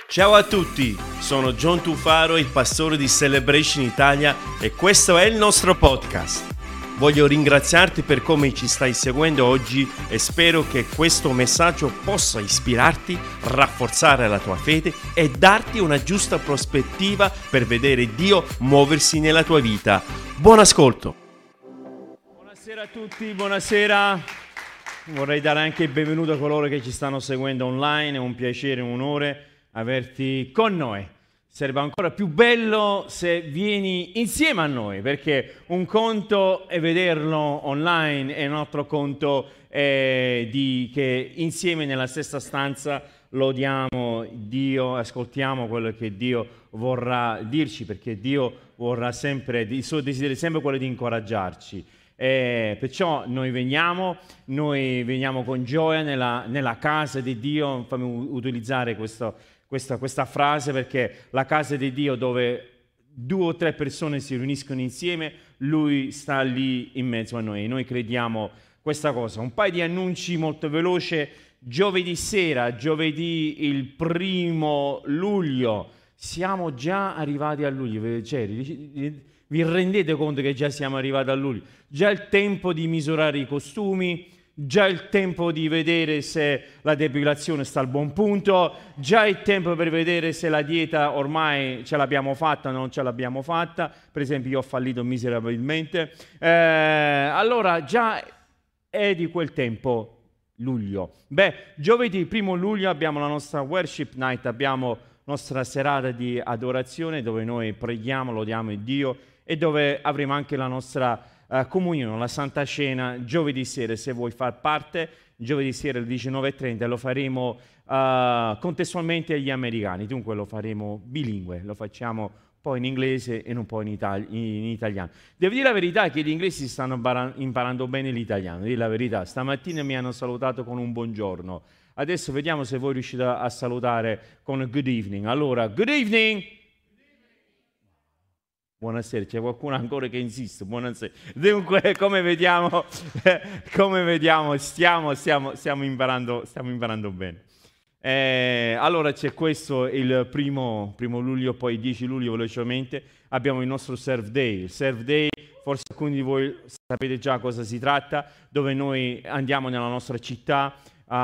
Ciao a tutti, sono John Tufaro, il pastore di Celebration Italia e questo è il nostro podcast. Voglio ringraziarti per come ci stai seguendo oggi e spero che questo messaggio possa ispirarti, rafforzare la tua fede e darti una giusta prospettiva per vedere Dio muoversi nella tua vita. Buon ascolto! Buonasera a tutti, buonasera. Vorrei dare anche il benvenuto a coloro che ci stanno seguendo online, è un piacere, un onore averti con noi. Sarebbe ancora più bello se vieni insieme a noi, perché un conto è vederlo online e un altro conto è che insieme nella stessa stanza lodiamo Dio, ascoltiamo quello che Dio vorrà dirci, perché Dio vorrà sempre, il suo desiderio è sempre quello di incoraggiarci. Perciò noi veniamo con gioia nella casa di Dio. Fammi utilizzare questa frase, perché la casa di Dio dove 2 o 3 persone si riuniscono insieme, Lui sta lì in mezzo a noi e noi crediamo questa cosa. Un paio di annunci molto veloce. Giovedì sera, giovedì il 1 luglio, siamo già arrivati a luglio, cioè, vi rendete conto che già siamo arrivati a luglio? Già il tempo di misurare i costumi, già il tempo di vedere se la depilazione sta al buon punto, già il tempo per vedere se la dieta ormai ce l'abbiamo fatta o non ce l'abbiamo fatta. Per esempio io ho fallito miserabilmente. Allora già è di quel tempo luglio. Giovedì 1 luglio abbiamo la nostra worship night, abbiamo nostra serata di adorazione dove noi preghiamo, lodiamo il Dio e dove avremo anche la nostra comunione, la Santa Cena, giovedì sera. Se vuoi far parte, giovedì sera alle 19:30 lo faremo contestualmente agli americani, dunque lo faremo bilingue, lo facciamo un po' in inglese e un po' in italiano. Devo dire la verità che gli inglesi stanno imparando bene l'italiano, dire la verità. Stamattina mi hanno salutato con un buongiorno. Adesso vediamo se voi riuscite a salutare con good evening. Allora, good evening! Buonasera, c'è qualcuno ancora che insiste, buonasera. Dunque, come vediamo stiamo imparando bene. Allora c'è questo, il primo luglio, poi 10 luglio velocemente, abbiamo il nostro Serve Day. Il Serve Day, forse alcuni di voi sapete già cosa si tratta, dove noi andiamo nella nostra città,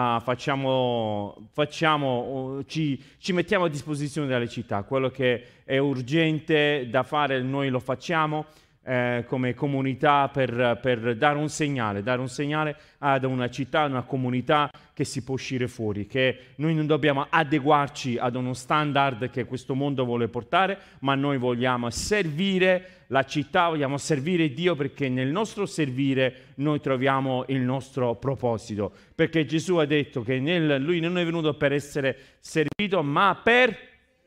ci mettiamo a disposizione delle città, quello che è urgente da fare noi lo facciamo come comunità per dare un segnale ad una città, una comunità che si può uscire fuori, che noi non dobbiamo adeguarci ad uno standard che questo mondo vuole portare, ma noi vogliamo servire la città, vogliamo servire Dio, perché nel nostro servire noi troviamo il nostro proposito, perché Gesù ha detto che Lui non è venuto per essere servito, ma per...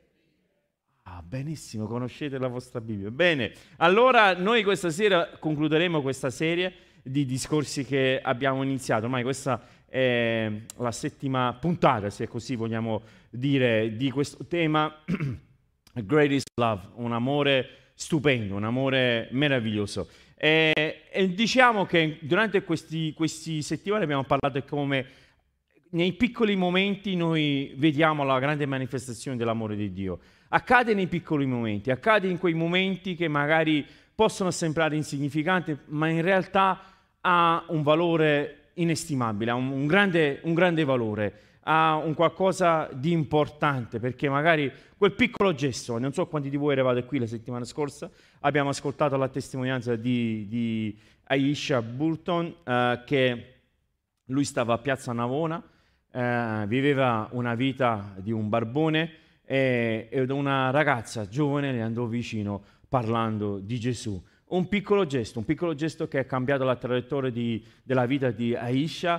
benissimo, conoscete la vostra Bibbia. Bene, allora noi questa sera concluderemo questa serie di discorsi che abbiamo iniziato. Ormai questa è la 7ª puntata, se così vogliamo dire, di questo tema Greatest Love, un amore stupendo, un amore meraviglioso. E diciamo che durante questi settimane abbiamo parlato di come nei piccoli momenti noi vediamo la grande manifestazione dell'amore di Dio. Accade nei piccoli momenti, accade in quei momenti che magari possono sembrare insignificanti, ma in realtà ha un valore inestimabile, ha un grande valore, ha un qualcosa di importante, perché magari quel piccolo gesto, non so quanti di voi eravate qui la settimana scorsa, abbiamo ascoltato la testimonianza di Aisha Burton, che lui stava a Piazza Navona, viveva una vita di un barbone, ed una ragazza giovane le andò vicino parlando di Gesù. Un piccolo gesto che ha cambiato la traiettoria della vita di Aisha,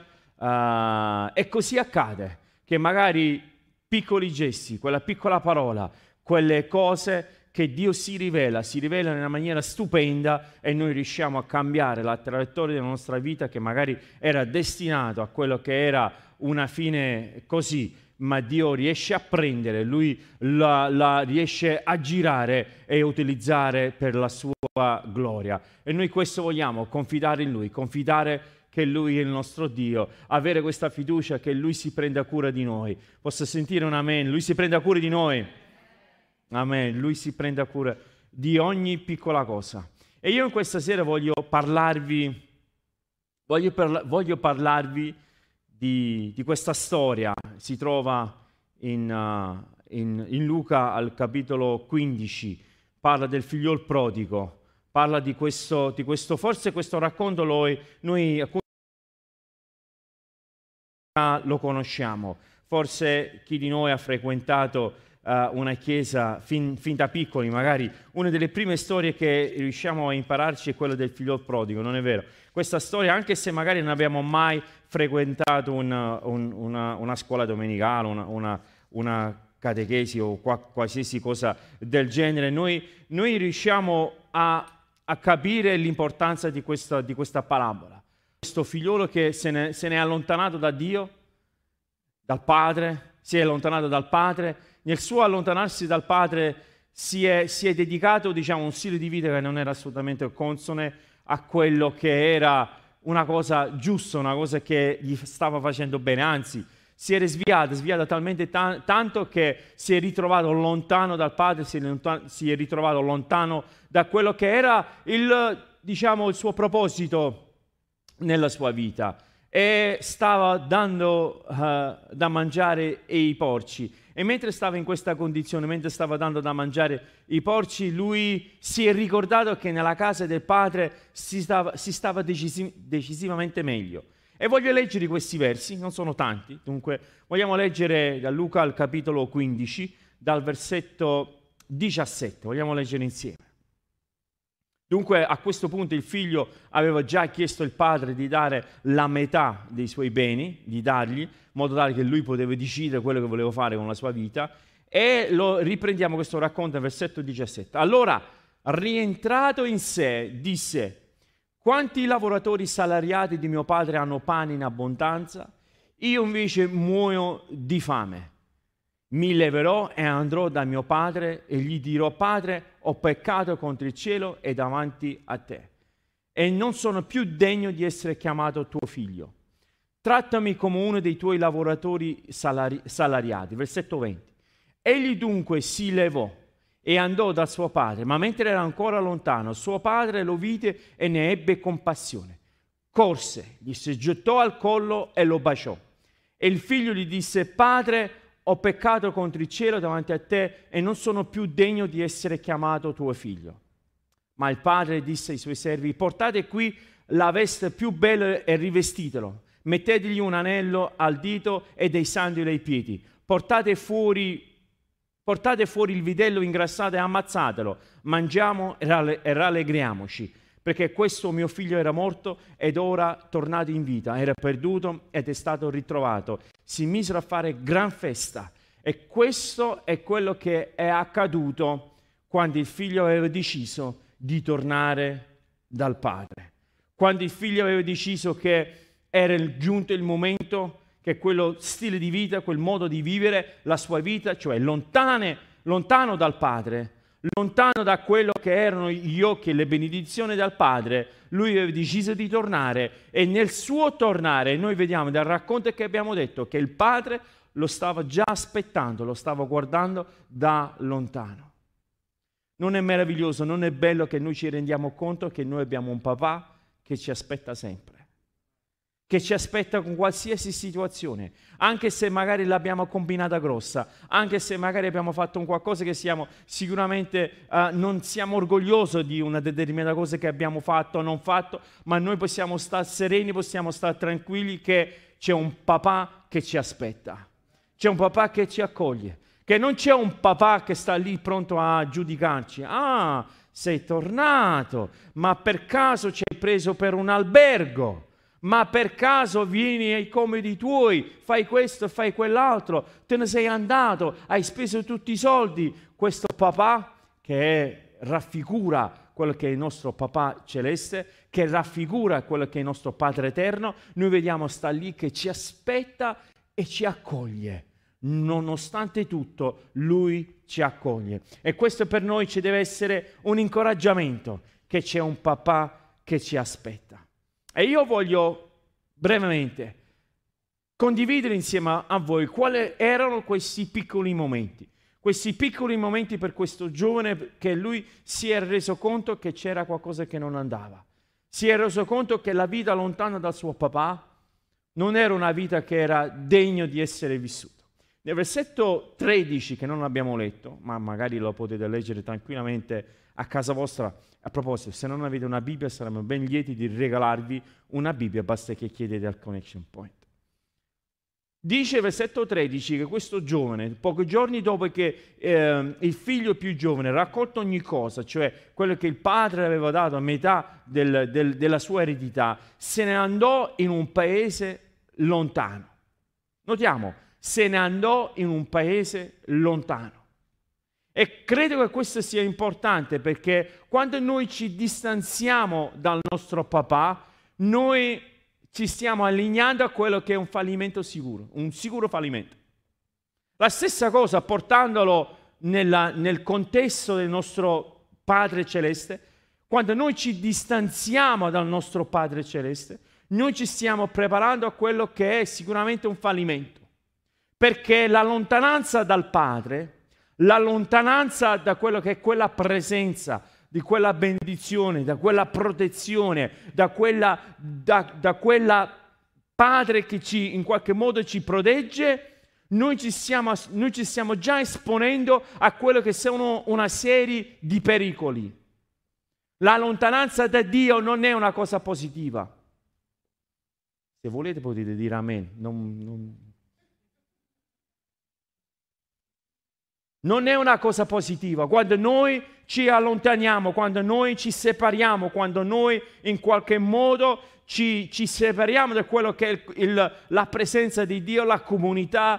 e così accade che magari piccoli gesti, quella piccola parola, quelle cose che Dio si rivela in una maniera stupenda, e noi riusciamo a cambiare la traiettoria della nostra vita, che magari era destinato a quello che era una fine così, ma Dio riesce a prendere, Lui la riesce a girare e utilizzare per la sua gloria. E noi questo vogliamo, confidare in Lui, confidare che Lui è il nostro Dio, avere questa fiducia che Lui si prenda cura di noi. Posso sentire un amen? Lui si prenda cura di noi. Amen. Lui si prenda cura di ogni piccola cosa. E io in questa sera voglio parlarvi di questa storia. Si trova in Luca al capitolo 15, parla del figliol prodigo, parla di questo forse questo racconto noi lo conosciamo, forse chi di noi ha frequentato una chiesa fin da piccoli, magari una delle prime storie che riusciamo a impararci è quella del figliol prodigo, non è vero? Questa storia, anche se magari non abbiamo mai frequentato una scuola domenicale, una catechesi o qualsiasi cosa del genere, noi riusciamo a capire l'importanza di questa parabola. Questo figliolo che se ne è allontanato da Dio, dal Padre, si è allontanato dal Padre. Nel suo allontanarsi dal Padre si è dedicato, diciamo, a un stile di vita che non era assolutamente consone a quello che era una cosa giusta, una cosa che gli stava facendo bene, anzi si era sviata talmente tanto che si è ritrovato lontano dal Padre, si è ritrovato lontano da quello che era il suo proposito nella sua vita, e stava dando da mangiare ai porci. E mentre stava in questa condizione, mentre stava dando da mangiare i porci, lui si è ricordato che nella casa del Padre si stava decisivamente meglio. E voglio leggere questi versi, non sono tanti, dunque vogliamo leggere da Luca al capitolo 15, dal versetto 17, vogliamo leggere insieme. Dunque a questo punto il figlio aveva già chiesto al padre di dare la metà dei suoi beni, di dargli, in modo tale che lui poteva decidere quello che voleva fare con la sua vita, e lo riprendiamo questo racconto nel versetto 17. Allora, rientrato in sé, disse: quanti lavoratori salariati di mio padre hanno pane in abbondanza? Io invece muoio di fame. Mi leverò e andrò da mio padre e gli dirò: Padre, ho peccato contro il cielo e davanti a te, e non sono più degno di essere chiamato tuo figlio. Trattami come uno dei tuoi lavoratori salariati. Versetto 20. Egli dunque si levò e andò da suo padre, ma mentre era ancora lontano, suo padre lo vide e ne ebbe compassione. Corse, gli si gettò al collo e lo baciò. E il figlio gli disse: Padre, ho peccato contro il cielo davanti a te e non sono più degno di essere chiamato tuo figlio. Ma il padre disse ai suoi servi: portate qui la veste più bella e rivestitelo, mettetegli un anello al dito e dei sandali ai piedi, portate fuori il vitello ingrassato e ammazzatelo, mangiamo e rallegriamoci, perché questo mio figlio era morto ed ora tornato in vita, era perduto ed è stato ritrovato. Si misero a fare gran festa, e questo è quello che è accaduto quando il figlio aveva deciso di tornare dal padre. Quando il figlio aveva deciso che era giunto il momento che quello stile di vita, quel modo di vivere la sua vita, cioè lontano dal padre, lontano da quello che erano gli occhi e le benedizioni dal Padre, lui aveva deciso di tornare, e nel suo tornare noi vediamo dal racconto che abbiamo detto che il Padre lo stava già aspettando, lo stava guardando da lontano. Non è meraviglioso, non è bello che noi ci rendiamo conto che noi abbiamo un papà che ci aspetta sempre, che ci aspetta con qualsiasi situazione, anche se magari l'abbiamo combinata grossa, anche se magari abbiamo fatto un qualcosa che sicuramente non siamo orgogliosi di una determinata cosa che abbiamo fatto o non fatto, ma noi possiamo stare sereni, possiamo stare tranquilli che c'è un papà che ci aspetta, c'è un papà che ci accoglie, che non c'è un papà che sta lì pronto a giudicarci. Ah, sei tornato, ma per caso ci hai preso per un albergo? Ma per caso vieni ai comodi tuoi, fai questo, fai quell'altro, te ne sei andato, hai speso tutti i soldi. Questo papà che raffigura quello che è il nostro papà celeste, che raffigura quello che è il nostro Padre eterno, noi vediamo sta lì che ci aspetta e ci accoglie. Nonostante tutto, lui ci accoglie. E questo per noi ci deve essere un incoraggiamento, che c'è un papà che ci aspetta. E io voglio brevemente, condividere insieme a voi quali erano questi piccoli momenti per questo giovane, che lui si è reso conto che c'era qualcosa che non andava. Si è reso conto che la vita lontana dal suo papà non era una vita che era degno di essere vissuta. Nel versetto 13, che non abbiamo letto, ma magari lo potete leggere tranquillamente a casa vostra. A proposito, se non avete una Bibbia saremo ben lieti di regalarvi una Bibbia, basta che chiedete al Connection Point. Dice il versetto 13 che questo giovane, pochi giorni dopo che il figlio più giovane raccolto ogni cosa, cioè quello che il padre aveva dato a metà della sua eredità, se ne andò in un paese lontano. Notiamo, se ne andò in un paese lontano. E credo che questo sia importante, perché quando noi ci distanziamo dal nostro papà, noi ci stiamo allineando a quello che è un fallimento sicuro, un sicuro fallimento. La stessa cosa portandolo nel contesto del nostro Padre Celeste, quando noi ci distanziamo dal nostro Padre Celeste, noi ci stiamo preparando a quello che è sicuramente un fallimento, perché la lontananza dal Padre, la lontananza da quello che è quella presenza, di quella benedizione, da quella protezione, da quella Padre che in qualche modo ci protegge, noi ci stiamo già esponendo a quello che sono una serie di pericoli. La lontananza da Dio non è una cosa positiva. Se volete potete dire amen. Non è una cosa positiva. Quando noi ci allontaniamo, quando noi ci separiamo, quando noi in qualche modo ci separiamo da quello che è la presenza di Dio, la comunità,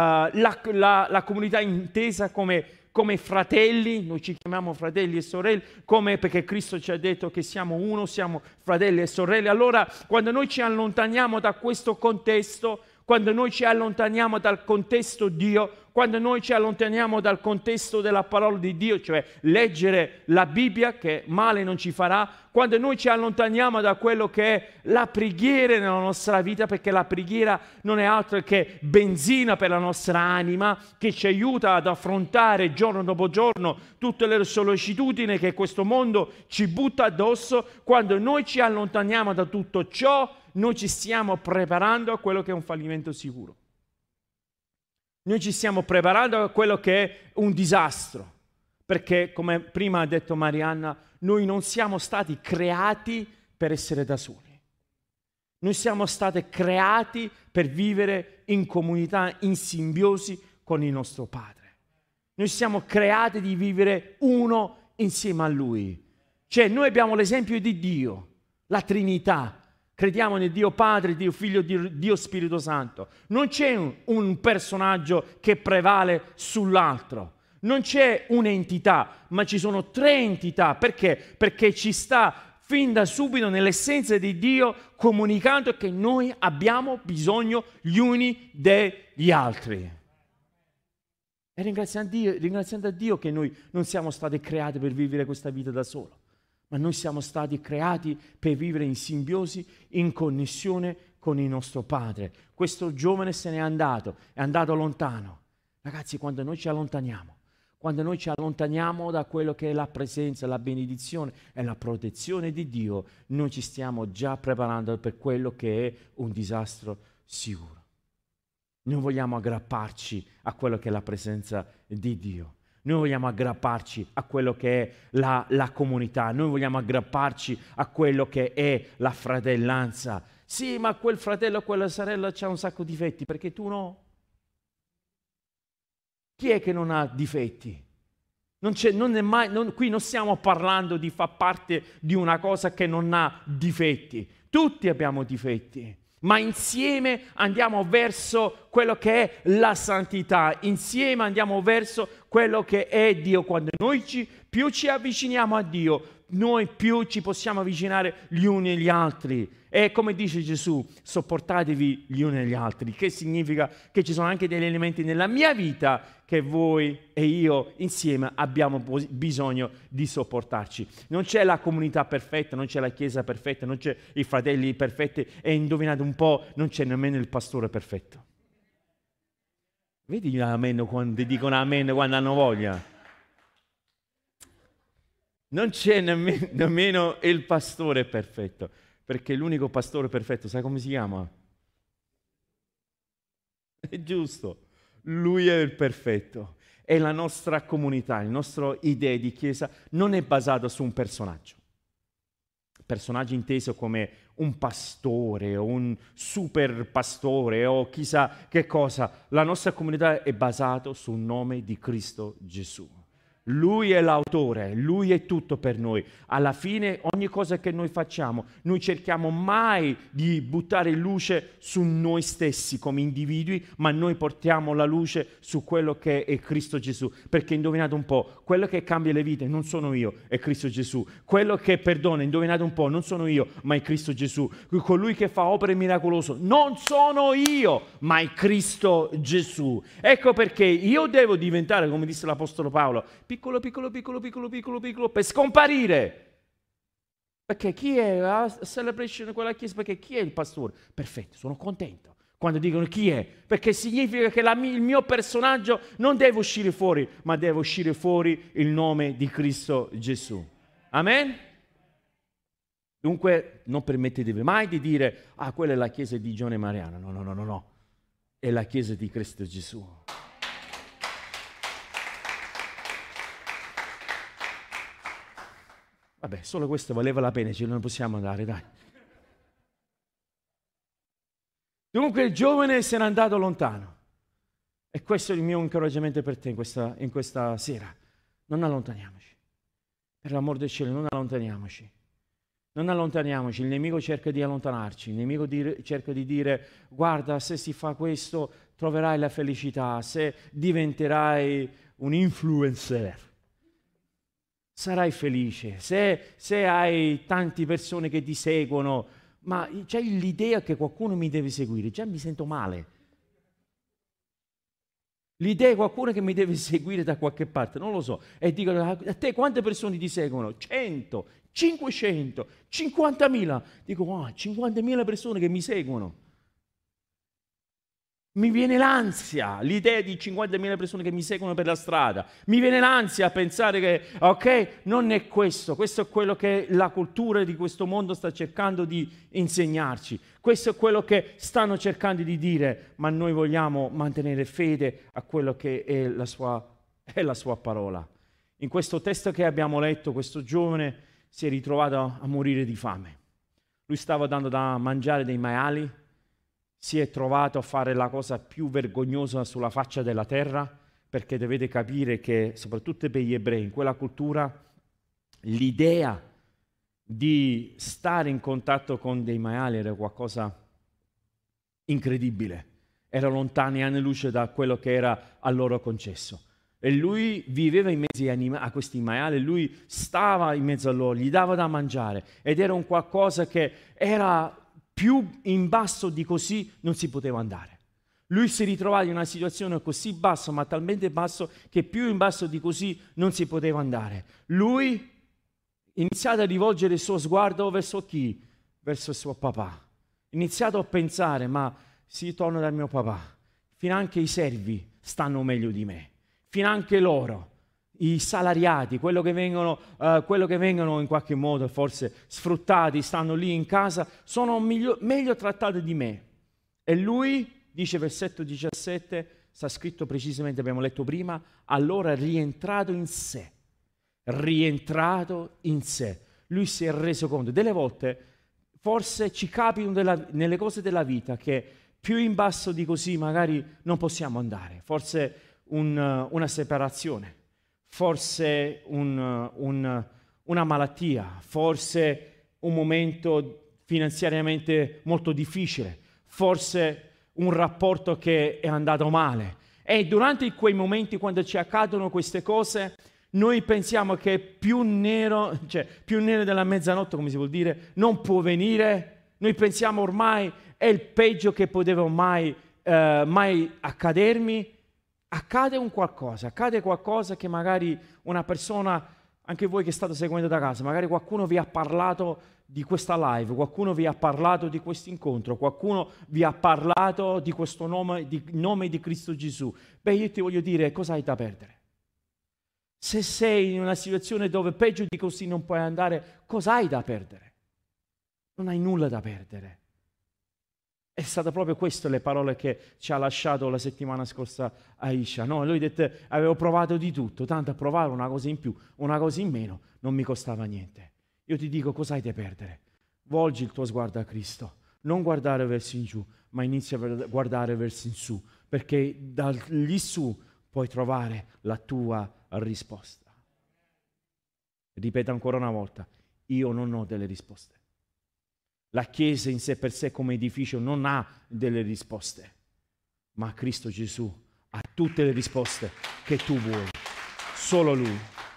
la comunità intesa come fratelli, noi ci chiamiamo fratelli e sorelle, perché Cristo ci ha detto che siamo uno, siamo fratelli e sorelle. Allora, quando noi ci allontaniamo da questo contesto, quando noi ci allontaniamo dal contesto Dio, quando noi ci allontaniamo dal contesto della parola di Dio, cioè leggere la Bibbia, che male non ci farà, quando noi ci allontaniamo da quello che è la preghiera nella nostra vita, perché la preghiera non è altro che benzina per la nostra anima, che ci aiuta ad affrontare giorno dopo giorno tutte le sollecitudini che questo mondo ci butta addosso. Quando noi ci allontaniamo da tutto ciò, noi ci stiamo preparando a quello che è un fallimento sicuro. Noi ci stiamo preparando a quello che è un disastro, perché, come prima ha detto Marianna, noi non siamo stati creati per essere da soli. Noi siamo stati creati per vivere in comunità, in simbiosi con il nostro Padre. Noi siamo creati di vivere uno insieme a Lui. Cioè, noi abbiamo l'esempio di Dio, la Trinità. Crediamo nel Dio Padre, Dio Figlio, Dio Spirito Santo. Non c'è un personaggio che prevale sull'altro. Non c'è un'entità, ma ci sono tre entità. Perché? Perché ci sta fin da subito nell'essenza di Dio comunicando che noi abbiamo bisogno gli uni degli altri. E ringraziando a Dio che noi non siamo stati creati per vivere questa vita da solo. Ma noi siamo stati creati per vivere in simbiosi, in connessione con il nostro Padre. Questo giovane se n'è andato, è andato lontano. Ragazzi, quando noi ci allontaniamo da quello che è la presenza, la benedizione e la protezione di Dio, noi ci stiamo già preparando per quello che è un disastro sicuro. Noi vogliamo aggrapparci a quello che è la presenza di Dio. Noi vogliamo aggrapparci a quello che è la comunità, noi vogliamo aggrapparci a quello che è la fratellanza. Sì, ma quel fratello o quella sorella c'ha un sacco di difetti, perché tu no? Chi è che non ha difetti? Qui non stiamo parlando di far parte di una cosa che non ha difetti. Tutti abbiamo difetti. Ma insieme andiamo verso quello che è la santità, insieme andiamo verso quello che è Dio. Quando noi più ci avviciniamo a Dio, noi più ci possiamo avvicinare gli uni agli altri. E come dice Gesù, sopportatevi gli uni agli altri, che significa che ci sono anche degli elementi nella mia vita che voi e io insieme abbiamo bisogno di sopportarci. Non c'è la comunità perfetta, non c'è la chiesa perfetta, non c'è i fratelli perfetti e indovinate un po', non c'è nemmeno il pastore perfetto. Vedi amen quando dicono amen quando hanno voglia? Non c'è nemmeno il pastore perfetto, perché l'unico pastore perfetto, sai come si chiama? È giusto, lui è il perfetto. E la nostra comunità, la nostra idea di chiesa non è basata su un personaggio. Personaggio inteso come un pastore o un super pastore o chissà che cosa. La nostra comunità è basata sul nome di Cristo Gesù. Lui è l'autore, Lui è tutto per noi. Alla fine ogni cosa che noi facciamo, noi cerchiamo mai di buttare luce su noi stessi come individui, ma noi portiamo la luce su quello che è Cristo Gesù. Perché indovinate un po', quello che cambia le vite non sono io, è Cristo Gesù. Quello che perdona, indovinate un po', non sono io, ma è Cristo Gesù. Colui che fa opere miracolose, non sono io, ma è Cristo Gesù. Ecco perché io devo diventare, come disse l'Apostolo Paolo, piccolo, per scomparire. Perché chi è a Celebration quella chiesa? Perché chi è il pastore? Perfetto, sono contento quando dicono chi è, perché significa che il mio personaggio non deve uscire fuori, ma deve uscire fuori il nome di Cristo Gesù. Amen? Dunque non permettetevi mai di dire, quella è la chiesa di Gione Mariano. No. È la chiesa di Cristo Gesù. Vabbè, solo questo valeva la pena, ce ne possiamo andare, dai. Dunque il giovane se n'è andato lontano. E questo è il mio incoraggiamento per te in questa sera. Non allontaniamoci. Per l'amor del cielo, non allontaniamoci. Non allontaniamoci. Il nemico cerca di allontanarci. Il nemico cerca di dire, guarda, se si fa questo troverai la felicità, se diventerai un influencer. Sarai felice, se hai tante persone che ti seguono, ma c'è l'idea che qualcuno mi deve seguire, già mi sento male. L'idea è qualcuno che mi deve seguire da qualche parte, non lo so. E dicono, a te quante persone ti seguono? 100, 500, 50.000. Dico, 50.000 persone che mi seguono. Mi viene l'ansia, l'idea di 50.000 persone che mi seguono per la strada. Mi viene l'ansia a pensare che, ok, non è questo è quello che la cultura di questo mondo sta cercando di insegnarci. Questo è quello che stanno cercando di dire, ma noi vogliamo mantenere fede a quello che è la sua parola. In questo testo che abbiamo letto, questo giovane si è ritrovato a morire di fame. Lui stava dando da mangiare dei maiali, si è trovato a fare la cosa più vergognosa sulla faccia della terra, perché dovete capire che, soprattutto per gli ebrei, in quella cultura, l'idea di stare in contatto con dei maiali era qualcosa incredibile. Era lontani anni luce da quello che era a loro concesso. E lui viveva in mezzo a questi maiali, lui stava in mezzo a loro, gli dava da mangiare, ed era un qualcosa che era più in basso di così non si poteva andare. Lui si ritrovava in una situazione così bassa, ma talmente basso, che più in basso di così non si poteva andare. Lui ha iniziato a rivolgere il suo sguardo verso chi? Verso il suo papà. Ha iniziato a pensare, ma se io torno dal mio papà, finanche i servi stanno meglio di me, finanche loro, i salariati, quello che vengono in qualche modo forse sfruttati, stanno lì in casa, sono meglio trattati di me. E lui, dice versetto 17, sta scritto precisamente, abbiamo letto prima, allora rientrato in sé. Lui si è reso conto. Delle volte forse ci capitano nelle cose della vita che più in basso di così magari non possiamo andare. Forse una separazione. Forse una malattia, forse un momento finanziariamente molto difficile, forse un rapporto che è andato male. E durante quei momenti, quando ci accadono queste cose, noi pensiamo che più nero della mezzanotte, come si vuol dire, non può venire Noi pensiamo ormai è il peggio che poteva mai accadermi. Accade qualcosa che magari una persona, anche voi che state seguendo da casa, magari qualcuno vi ha parlato di questa live, qualcuno vi ha parlato di questo incontro, qualcuno vi ha parlato di questo nome di Cristo Gesù. Beh, io ti voglio dire, cosa hai da perdere? Se sei in una situazione dove peggio di così non puoi andare, cosa hai da perdere? Non hai nulla da perdere. È stato proprio queste le parole che ci ha lasciato la settimana scorsa Aisha. No, lui ha detto, avevo provato di tutto, tanto a provare una cosa in più, una cosa in meno, non mi costava niente. Io ti dico, cosa hai da perdere? Volgi il tuo sguardo a Cristo, non guardare verso in giù, ma inizia a guardare verso in su, perché da lì su puoi trovare la tua risposta. Ripeto ancora una volta, io non ho delle risposte. La Chiesa in sé per sé come edificio non ha delle risposte, ma Cristo Gesù ha tutte le risposte che tu vuoi, solo Lui.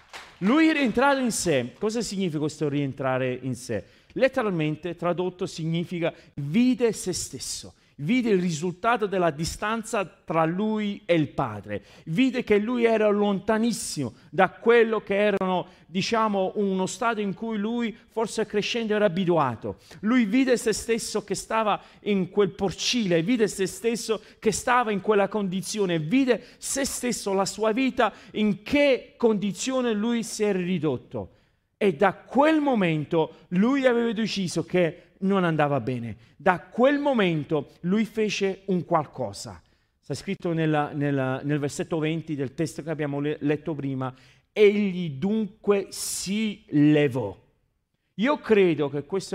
Lui è rientrato in sé. Cosa significa questo rientrare in sé? Letteralmente tradotto significa vide se stesso. Vide il risultato della distanza tra lui e il Padre. Vide che lui era lontanissimo da quello che erano, diciamo, uno stato in cui lui forse crescendo era abituato. Lui vide se stesso che stava in quel porcile, vide se stesso che stava in quella condizione, vide se stesso, la sua vita, in che condizione lui si era ridotto. E da quel momento lui aveva deciso che non andava bene. Da quel momento lui fece un qualcosa. Sta scritto nel versetto 20 del testo che abbiamo letto prima. Egli dunque si levò. Io credo che questo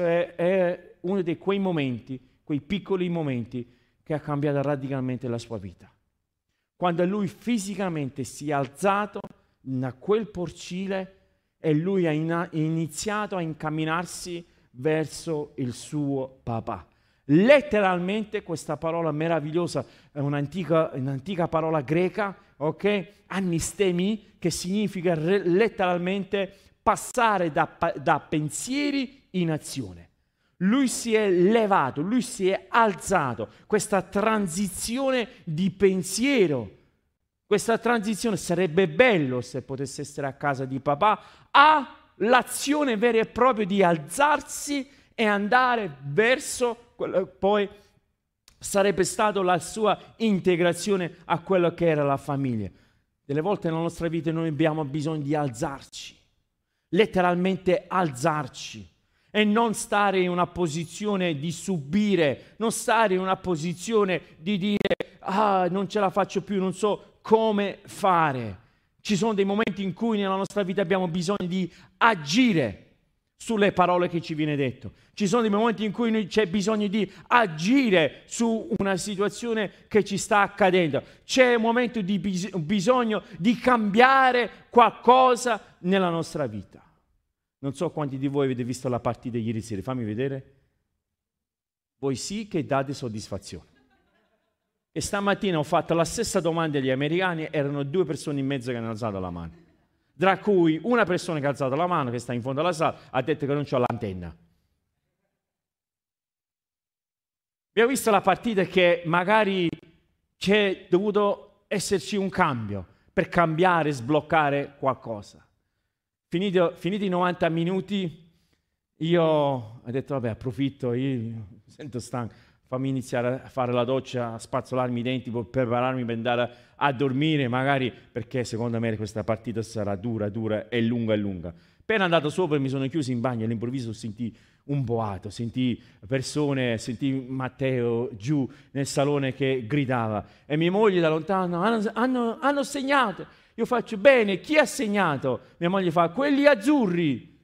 è uno di quei momenti, quei piccoli momenti che ha cambiato radicalmente la sua vita. Quando lui fisicamente si è alzato da quel porcile e lui ha iniziato a incamminarsi verso il suo papà. Letteralmente questa parola meravigliosa è un'antica parola greca, ok? Anistemi, che significa letteralmente passare da pensieri in azione. Lui si è levato, lui si è alzato, questa transizione di pensiero. Questa transizione sarebbe bello se potesse essere a casa di papà, ha l'azione vera e propria di alzarsi e andare verso, poi sarebbe stata la sua integrazione a quello che era la famiglia. Delle volte nella nostra vita noi abbiamo bisogno di alzarci, letteralmente alzarci, e non stare in una posizione di subire, non stare in una posizione di dire non ce la faccio più, non so come fare. Ci sono dei momenti in cui nella nostra vita abbiamo bisogno di agire sulle parole che ci viene detto. Ci sono dei momenti in cui c'è bisogno di agire su una situazione che ci sta accadendo. C'è un momento di bisogno di cambiare qualcosa nella nostra vita. Non so quanti di voi avete visto la partita ieri sera, fammi vedere. Voi sì che date soddisfazione. E stamattina ho fatto la stessa domanda agli americani, erano 2 persone in mezzo che hanno alzato la mano. Tra cui una persona che ha alzato la mano, che sta in fondo alla sala, ha detto che non c'ho l'antenna. Abbiamo visto la partita che magari c'è dovuto esserci un cambio per cambiare, sbloccare qualcosa. Finiti i 90 minuti, io ho detto, vabbè, approfitto, io mi sento stanco, fammi iniziare a fare la doccia, a spazzolarmi i denti per prepararmi per andare a dormire, magari, perché secondo me questa partita sarà dura e lunga. Appena andato sopra mi sono chiuso in bagno e all'improvviso sentì un boato, sentì persone, sentì Matteo giù nel salone che gridava e mia moglie da lontano, hanno segnato. Io faccio, bene, chi ha segnato? Mia moglie fa, quelli azzurri.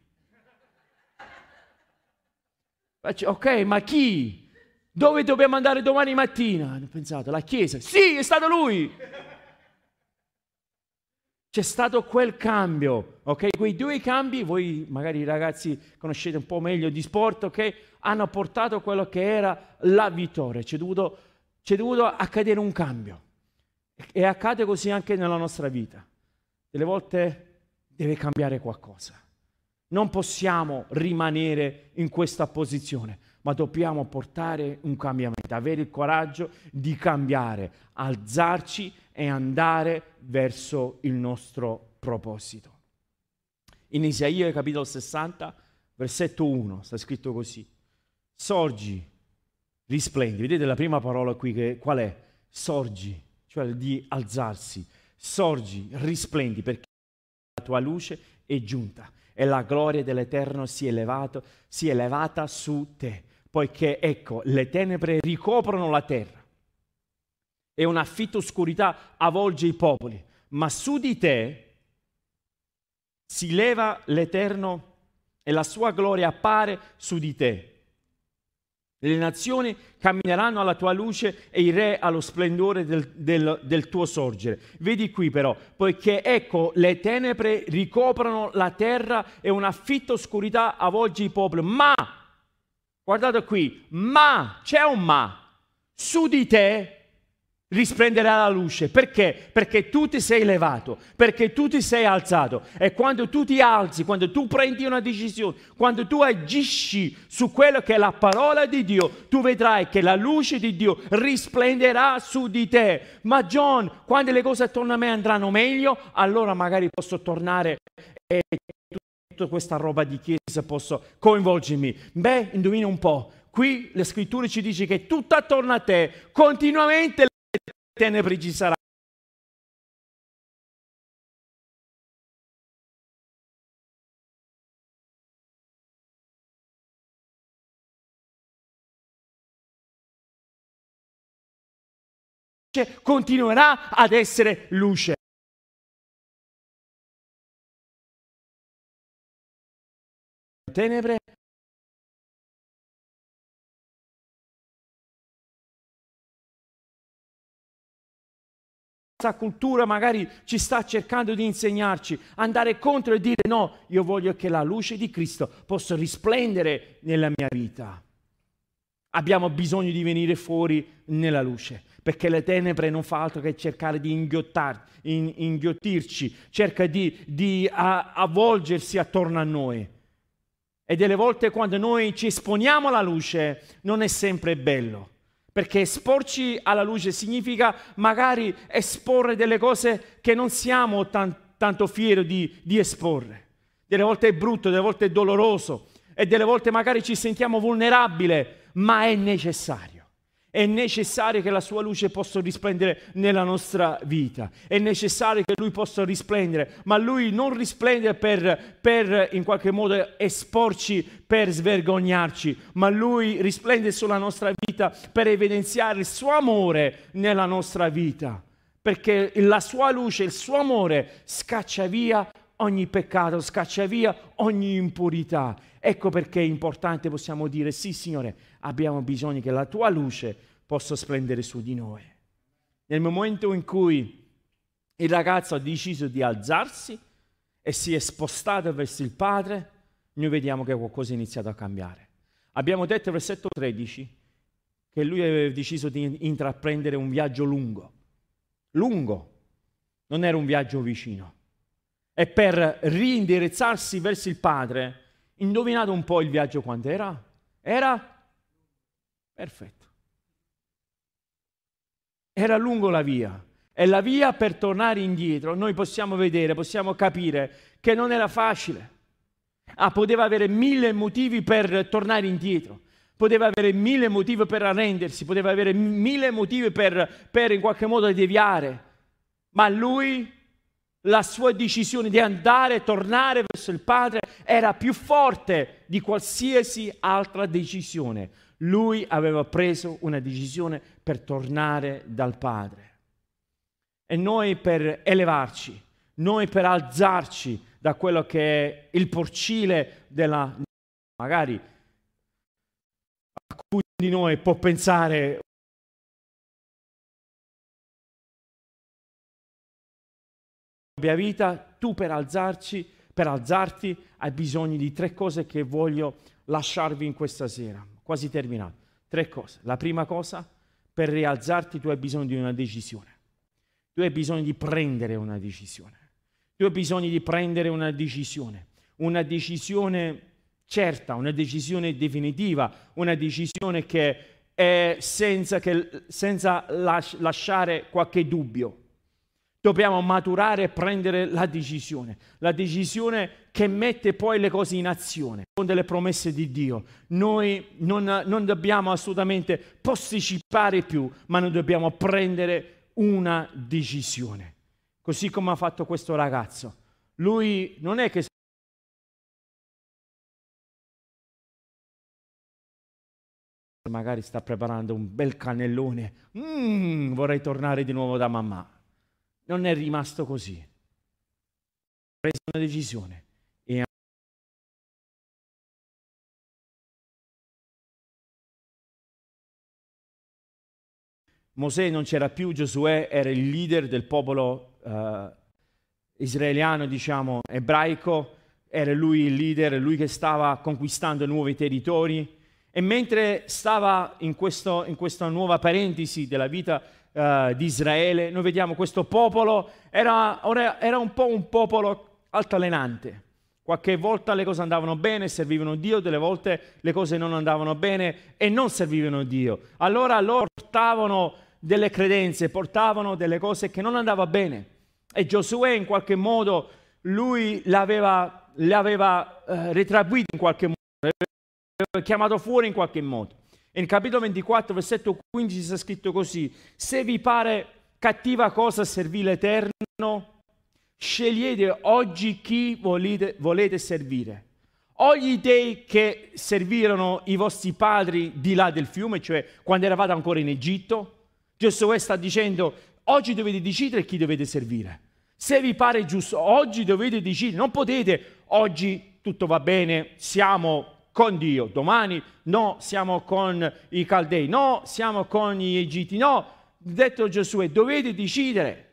Faccio, ok, ma chi? Dove dobbiamo andare domani mattina? Hanno pensato, la chiesa. Sì, è stato lui. C'è stato quel cambio, ok? Quei 2 cambi, voi magari i ragazzi conoscete un po' meglio di sport, ok? Hanno portato quello che era la vittoria. C'è dovuto accadere un cambio. E accade così anche nella nostra vita. Delle volte deve cambiare qualcosa. Non possiamo rimanere in questa posizione. ma dobbiamo portare un cambiamento, avere il coraggio di cambiare, alzarci e andare verso il nostro proposito. In Isaia capitolo 60, versetto 1, sta scritto così: sorgi, risplendi. Vedete la prima parola qui qual è? Sorgi, cioè di alzarsi. Sorgi, risplendi, perché la tua luce è giunta e la gloria dell'Eterno si è elevata su te, poiché ecco le tenebre ricoprono la terra e una fitta oscurità avvolge i popoli, ma su di te si leva l'Eterno e la sua gloria appare su di te. Le nazioni cammineranno alla tua luce e i re allo splendore del tuo sorgere. Vedi qui però, poiché ecco le tenebre ricoprono la terra e una fitta oscurità avvolge i popoli. Ma, guardate qui, ma, c'è un ma, su di te risplenderà la luce. Perché? Perché tu ti sei levato, perché tu ti sei alzato. E quando tu ti alzi, quando tu prendi una decisione, quando tu agisci su quello che è la parola di Dio, tu vedrai che la luce di Dio risplenderà su di te. Ma John, quando le cose attorno a me andranno meglio, allora magari posso tornare e tutta questa roba di chiesa posso coinvolgermi. Beh, indovina un po'. Qui le scritture ci dice che tutto attorno a te continuamente tenebre ci sarà. Continuerà ad essere luce. Tenebre. Questa cultura magari ci sta cercando di insegnarci, andare contro e dire no, io voglio che la luce di Cristo possa risplendere nella mia vita. Abbiamo bisogno di venire fuori nella luce, perché le tenebre non fa altro che cercare di inghiottirci, cerca di avvolgersi attorno a noi. E delle volte quando noi ci esponiamo alla luce non è sempre bello. Perché esporci alla luce significa magari esporre delle cose che non siamo tanto fieri di esporre. Delle volte è brutto, delle volte è doloroso e delle volte magari ci sentiamo vulnerabili, ma è necessario. È necessario che la sua luce possa risplendere nella nostra vita. È necessario che lui possa risplendere, ma lui non risplende per in qualche modo esporci, per svergognarci, ma lui risplende sulla nostra vita per evidenziare il suo amore nella nostra vita. Perché la sua luce, il suo amore scaccia via ogni peccato, scaccia via ogni impurità. Ecco perché è importante, possiamo dire, sì Signore, abbiamo bisogno che la tua luce possa splendere su di noi. Nel momento in cui il ragazzo ha deciso di alzarsi e si è spostato verso il Padre, noi vediamo che qualcosa è iniziato a cambiare. Abbiamo detto nel versetto 13 che lui aveva deciso di intraprendere un viaggio lungo, non era un viaggio vicino. E per reindirizzarsi verso il Padre, indovinate un po' il viaggio quanto era? Era perfetto. Era lungo la via. E la via per tornare indietro, noi possiamo vedere, possiamo capire che non era facile. Poteva avere 1000 motivi per tornare indietro. Poteva avere 1000 motivi per arrendersi, poteva avere 1000 motivi per in qualche modo deviare. Ma lui, la sua decisione di andare e tornare verso il Padre era più forte di qualsiasi altra decisione. Lui aveva preso una decisione per tornare dal Padre. E noi per elevarci, noi per alzarci da quello che è il porcile della... magari alcuni di noi può pensare la vita, tu per alzarti hai bisogno di 3 cose che voglio lasciarvi in questa sera. Quasi terminato. 3 cose. La prima cosa, per rialzarti tu hai bisogno di una decisione. Tu hai bisogno di prendere una decisione. Tu hai bisogno di prendere una decisione certa, una decisione definitiva, una decisione che è senza lasciare qualche dubbio. Dobbiamo maturare e prendere la decisione che mette poi le cose in azione con delle promesse di Dio. Noi non dobbiamo assolutamente posticipare più, ma noi dobbiamo prendere una decisione. Così come ha fatto questo ragazzo. Lui non è che magari sta preparando un bel cannellone, vorrei tornare di nuovo da mamma. Non è rimasto così. Ha preso una decisione. E Mosè non c'era più, Giosuè era il leader del popolo israeliano, diciamo, ebraico, era lui il leader, lui che stava conquistando nuovi territori. E mentre stava in questa nuova parentesi della vita di Israele, noi vediamo questo popolo era un po' un popolo altalenante. Qualche volta le cose andavano bene, servivano Dio, delle volte le cose non andavano bene e non servivano Dio. Allora loro portavano delle credenze, portavano delle cose che non andavano bene. E Giosuè in qualche modo, lui le aveva retribuite in qualche modo, l'aveva chiamato fuori in qualche modo. E in capitolo 24, versetto 15 sta scritto così: se vi pare cattiva cosa servire l'Eterno, scegliete oggi chi volete servire. O gli dei che servirono i vostri padri di là del fiume, cioè quando eravate ancora in Egitto. Giosuè sta dicendo: oggi dovete decidere chi dovete servire. Se vi pare giusto, oggi dovete decidere. Non potete, oggi tutto va bene, siamo con Dio, domani no, siamo con i Caldei, no, siamo con gli Egitti, no. Detto Giosuè, dovete decidere.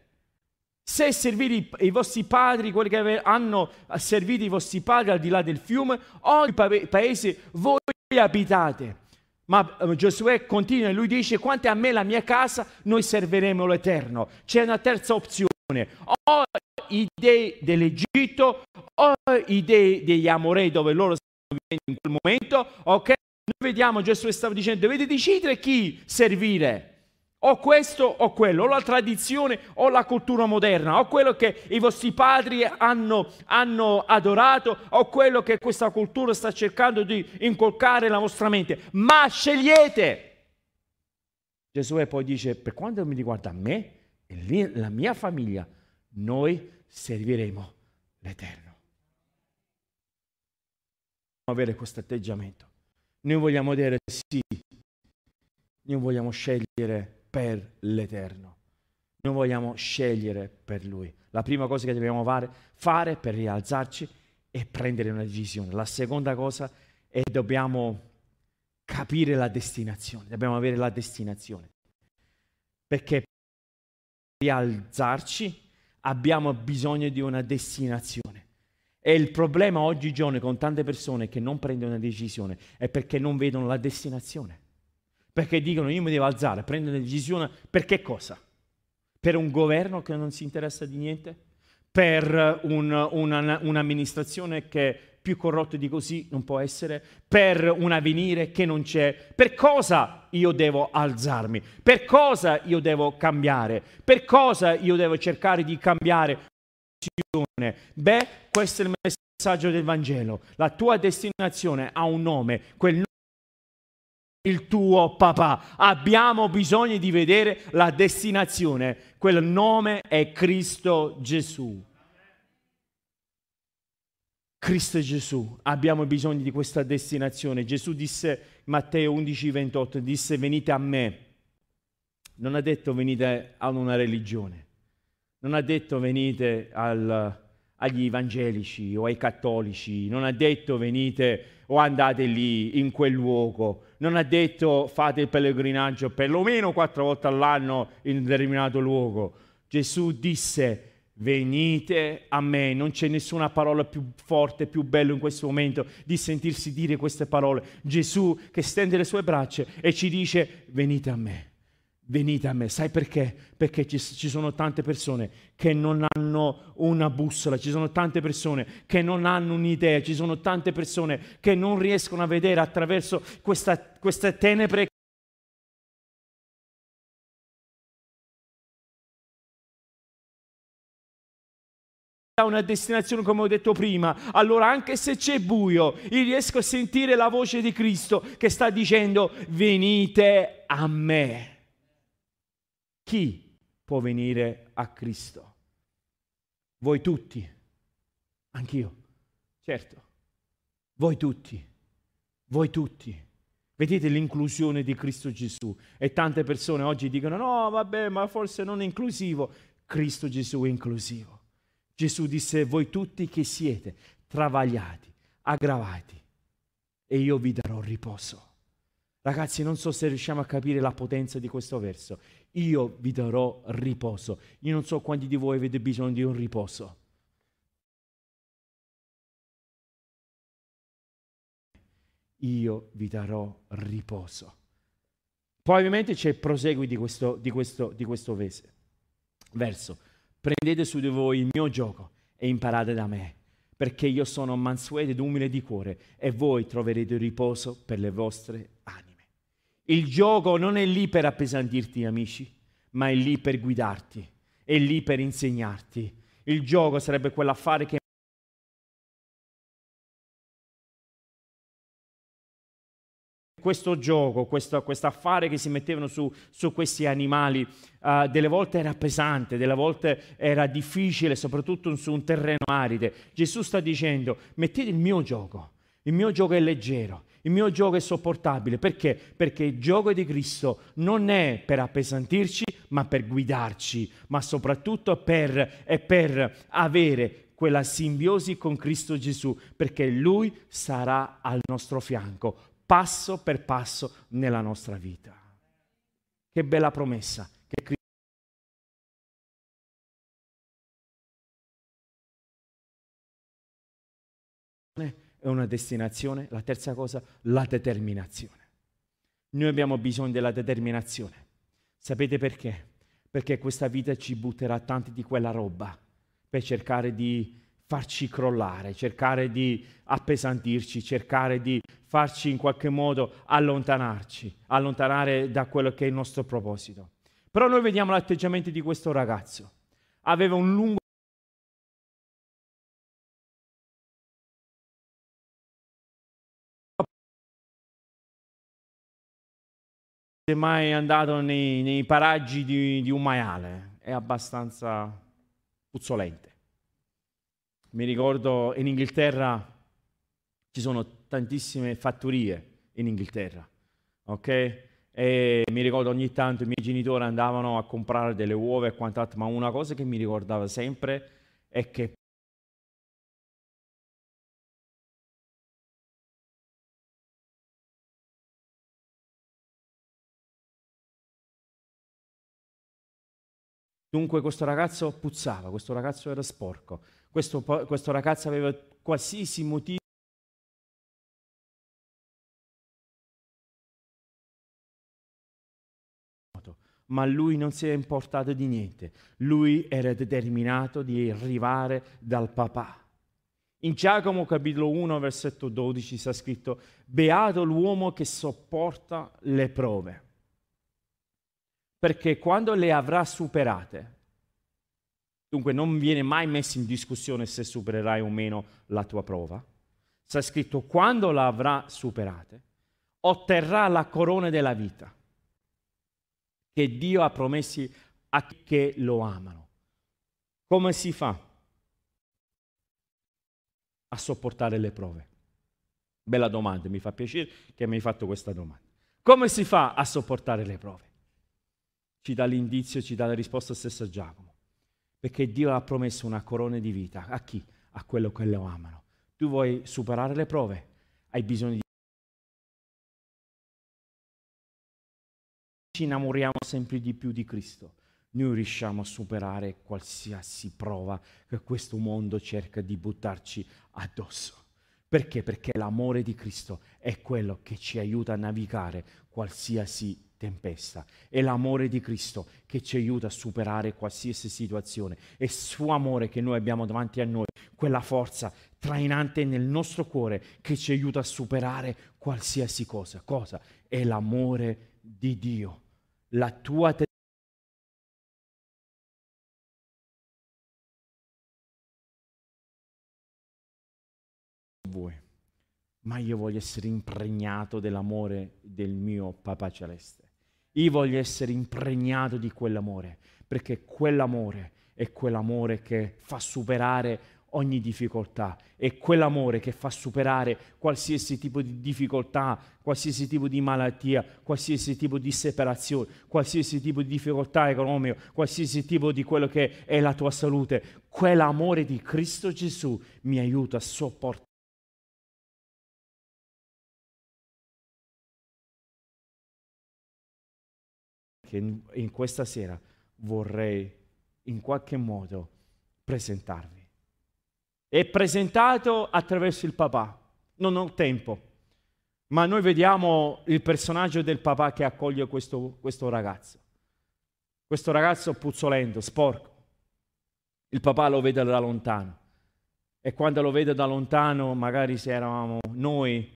Se servite i vostri padri, quelli che hanno servito i vostri padri al di là del fiume, o il paese voi abitate. Ma Giosuè continua e lui dice: quanto a me e la mia casa, noi serviremo l'Eterno. C'è una terza opzione: o i dei dell'Egitto o i dei degli Amorei, dove loro stanno vivendo in quel momento. Ok? Noi vediamo, Giosuè stava dicendo: dovete decidere chi servire. O questo o quello, o la tradizione o la cultura moderna, o quello che i vostri padri hanno adorato, o quello che questa cultura sta cercando di incolcare nella vostra mente. Ma scegliete! Giosuè poi dice: per quanto mi riguarda a me e la mia famiglia, noi serviremo l'Eterno. Vogliamo avere questo atteggiamento. Noi vogliamo dire sì, noi vogliamo scegliere per l'Eterno. Noi vogliamo scegliere per Lui. La prima cosa che dobbiamo fare per rialzarci è prendere una decisione. La seconda cosa è dobbiamo capire la destinazione. Dobbiamo avere la destinazione. Perché per rialzarci abbiamo bisogno di una destinazione. E il problema oggigiorno con tante persone che non prendono una decisione è perché non vedono la destinazione. Perché dicono: io mi devo alzare, prendere una decisione per che cosa? Per un governo che non si interessa di niente? Per un'amministrazione che più corrotta di così non può essere? Per un avvenire che non c'è? Per cosa io devo alzarmi? Per cosa io devo cambiare? Per cosa io devo cercare di cambiare? Beh, questo è il messaggio del Vangelo. La tua destinazione ha un nome, quel nome il tuo papà. Abbiamo bisogno di vedere la destinazione. Quel nome è Cristo Gesù. Cristo Gesù. Abbiamo bisogno di questa destinazione. Gesù disse, Matteo 11:28, disse: venite a me. Non ha detto venite a una religione. Non ha detto venite agli evangelici o ai cattolici. Non ha detto venite o andate lì in quel luogo. Non ha detto fate il pellegrinaggio perlomeno 4 volte all'anno in un determinato luogo. Gesù disse: venite a me. Non c'è nessuna parola più forte, più bella in questo momento di sentirsi dire queste parole. Gesù che stende le sue braccia e ci dice: venite a me. venite a me. Sai perché? Perché ci sono tante persone che non hanno una bussola, ci sono tante persone che non hanno un'idea, ci sono tante persone che non riescono a vedere attraverso queste tenebre. Una destinazione, come ho detto prima, allora anche se c'è buio, io riesco a sentire la voce di Cristo che sta dicendo: venite a me. Chi può venire a Cristo? Voi tutti, anch'io, certo, voi tutti. Vedete l'inclusione di Cristo Gesù, e tante persone oggi dicono: no, vabbè, ma forse non è inclusivo. Cristo Gesù è inclusivo. Gesù disse: voi tutti che siete travagliati, aggravati, e io vi darò riposo. Ragazzi, non so se riusciamo a capire la potenza di questo verso. Io vi darò riposo. Io non so quanti di voi avete bisogno di un riposo. Io vi darò riposo. Poi ovviamente c'è il proseguo di questo verso. Prendete su di voi il mio giogo e imparate da me, perché io sono mansueto ed umile di cuore, e voi troverete riposo per le vostre anime. Il giogo non è lì per appesantirti, amici, ma è lì per guidarti, è lì per insegnarti. Il giogo sarebbe quell'affare che questo gioco, questo affare che si mettevano su questi animali, delle volte era pesante, delle volte era difficile, soprattutto su un terreno aride. Gesù sta dicendo: mettete il mio gioco è leggero, il mio gioco è sopportabile. Perché? Perché il gioco di Cristo non è per appesantirci, ma per guidarci, ma soprattutto per avere quella simbiosi con Cristo Gesù, perché Lui sarà al nostro fianco, passo per passo nella nostra vita. Che bella promessa che Cristo è una destinazione. La terza cosa, la determinazione. Noi abbiamo bisogno della determinazione. Sapete perché? Perché questa vita ci butterà tanti di quella roba per cercare di farci crollare, cercare di appesantirci, cercare di farci in qualche modo allontanare da quello che è il nostro proposito. Però noi vediamo l'atteggiamento di questo ragazzo. Aveva un lungo è mai andato nei paraggi di un maiale, è abbastanza puzzolente. Mi ricordo in Inghilterra ci sono tantissime fattorie in Inghilterra, ok? E mi ricordo ogni tanto i miei genitori andavano a comprare delle uova e quant'altro, ma una cosa che mi ricordava sempre è che dunque questo ragazzo puzzava, questo ragazzo era sporco, questo ragazzo aveva qualsiasi motivo ma lui non si è importato di niente. Lui era determinato di arrivare dal papà. In Giacomo capitolo 1 versetto 12 sta scritto: beato l'uomo che sopporta le prove, perché quando le avrà superate, dunque non viene mai messo in discussione se supererai o meno la tua prova, sta scritto quando la avrà superate, otterrà la corona della vita che Dio ha promessi a chi che lo amano. Come si fa a sopportare le prove? Bella domanda, mi fa piacere che mi hai fatto questa domanda. Come si fa a sopportare le prove? Ci dà l'indizio, ci dà la risposta stessa Giacomo. Perché Dio ha promesso una corona di vita. A chi? A quello che lo amano. Tu vuoi superare le prove? Hai bisogno di ci innamoriamo sempre di più di Cristo, noi riusciamo a superare qualsiasi prova che questo mondo cerca di buttarci addosso. Perché? Perché l'amore di Cristo è quello che ci aiuta a navigare qualsiasi tempesta. È l'amore di Cristo che ci aiuta a superare qualsiasi situazione. È il suo amore che noi abbiamo davanti a noi, quella forza trainante nel nostro cuore che ci aiuta a superare qualsiasi cosa. Cosa? È l'amore di Dio. La tua voi. Ma io voglio essere impregnato dell'amore del mio Papà Celeste. Io voglio essere impregnato di quell'amore, perché quell'amore è quell'amore che fa superare ogni difficoltà, è quell'amore che fa superare qualsiasi tipo di difficoltà, qualsiasi tipo di malattia, qualsiasi tipo di separazione, qualsiasi tipo di difficoltà economica, qualsiasi tipo di quello che è la tua salute. Quell'amore di Cristo Gesù mi aiuta a sopportare. Che in questa sera vorrei in qualche modo presentarvi. È presentato attraverso il papà. Non ho tempo, ma noi vediamo il personaggio del papà che accoglie questo ragazzo. Questo ragazzo puzzolento, sporco. Il papà lo vede da lontano e quando lo vede da lontano, magari se eravamo noi,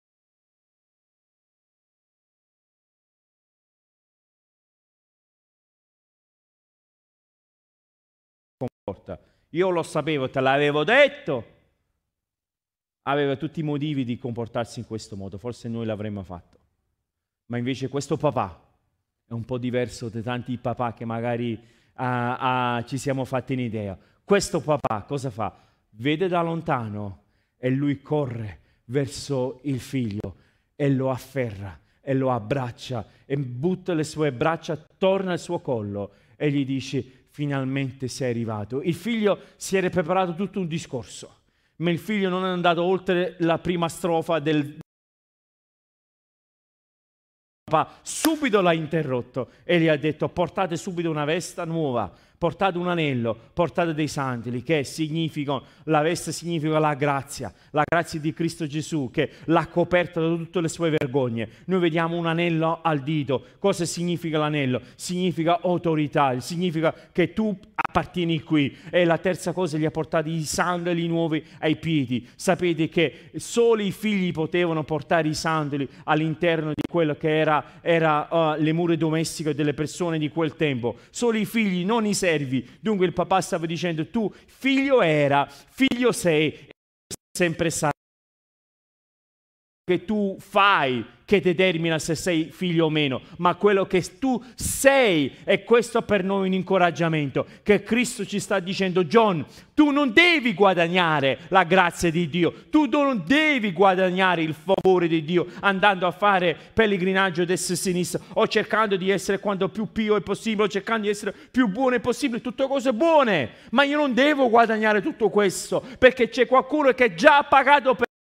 io lo sapevo, te l'avevo detto. Aveva tutti i motivi di comportarsi in questo modo, forse noi l'avremmo fatto. Ma invece questo papà è un po' diverso da tanti papà che magari ci siamo fatti un'idea. Questo papà cosa fa? Vede da lontano e lui corre verso il figlio e lo afferra e lo abbraccia e butta le sue braccia attorno al suo collo e gli dice: finalmente sei arrivato. Il figlio si era preparato tutto un discorso, ma il figlio non è andato oltre la prima strofa del papà, subito l'ha interrotto e gli ha detto: portate subito una veste nuova, portate un anello, portate dei sandali, che significano, la veste significa la grazia di Cristo Gesù che l'ha coperta da tutte le sue vergogne. Noi vediamo un anello al dito. Cosa significa l'anello? Significa autorità, significa che tu appartieni qui. E la terza cosa, gli ha portato i sandali nuovi ai piedi. Sapete che solo i figli potevano portare i sandali all'interno di quello che era le mura domestiche delle persone di quel tempo. Solo i figli, non i servi. Dunque il papà stava dicendo: tu figlio era, figlio sei e sempre sarai. Che tu fai che determina se sei figlio o meno, ma quello che tu sei. E questo per noi è un incoraggiamento che Cristo ci sta dicendo: John, tu non devi guadagnare la grazia di Dio, tu non devi guadagnare il favore di Dio andando a fare pellegrinaggio a destra e a sinistra o cercando di essere quanto più pio possibile, o cercando di essere più buono possibile, tutte cose buone, ma io non devo guadagnare tutto questo perché c'è qualcuno che già ha pagato per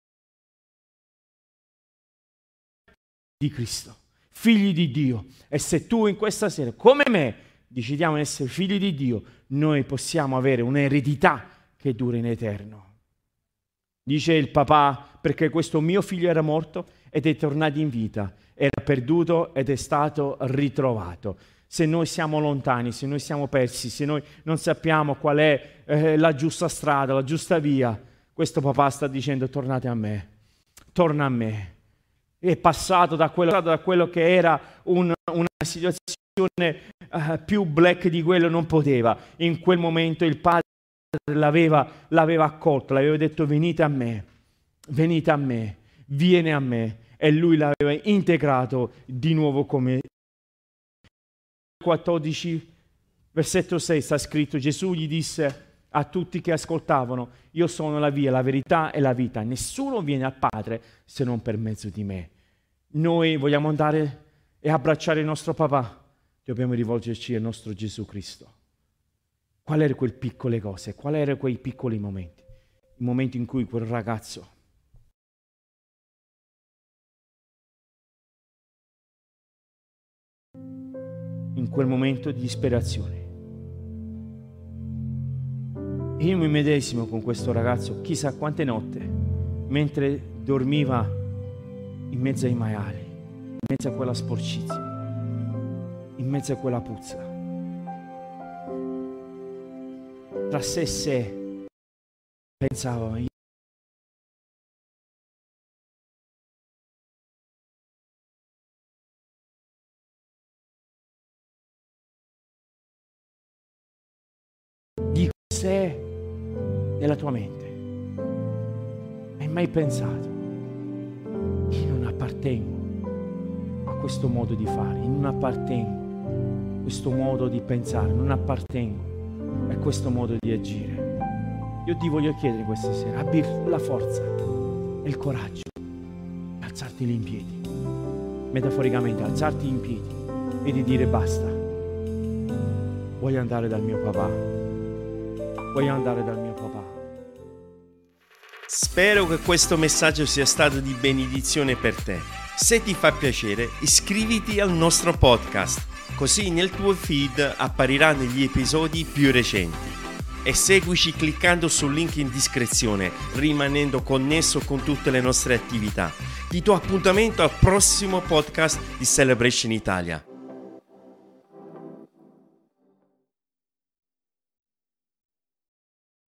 di Cristo, figli di Dio. E se tu in questa sera, come me, decidiamo di essere figli di Dio, noi possiamo avere un'eredità che dura in eterno. Dice il papà: perché questo mio figlio era morto ed è tornato in vita, era perduto ed è stato ritrovato. Se noi siamo lontani, se noi siamo persi, se noi non sappiamo qual è la giusta strada, la giusta via, questo papà sta dicendo: tornate a me, torna a me. È passato da quello che era una situazione più black di quello non poteva. In quel momento il padre l'aveva accolto, l'aveva detto: venite a me, vieni a me. E lui l'aveva integrato di nuovo come 14, versetto 6 sta scritto: Gesù gli disse a tutti che ascoltavano: io sono la via, la verità e la vita. Nessuno viene al Padre se non per mezzo di me. Noi vogliamo andare e abbracciare il nostro papà, dobbiamo rivolgerci al nostro Gesù Cristo. Qual erano quelle piccole cose? Quali erano quei piccoli momenti? Il momento in cui quel ragazzo in quel momento di disperazione. Io mi medesimo con questo ragazzo chissà quante notte, mentre dormiva in mezzo ai maiali, in mezzo a quella sporcizia. in mezzo a quella puzza. Tra sé e sé pensava, dico se nella tua mente hai mai pensato, io non appartengo a questo modo di fare, io non appartengo a questo modo di pensare, non appartengo a questo modo di agire. Io ti voglio chiedere questa sera, abbi la forza e il coraggio di alzarti lì in piedi, metaforicamente alzarti in piedi e di dire basta, voglio andare dal mio papà, voglio andare dal mio papà. Spero che questo messaggio sia stato di benedizione per te. Se ti fa piacere, iscriviti al nostro podcast, così nel tuo feed appariranno gli episodi più recenti. E seguici cliccando sul link in descrizione, rimanendo connesso con tutte le nostre attività. Ti do appuntamento al prossimo podcast di Celebration Italia.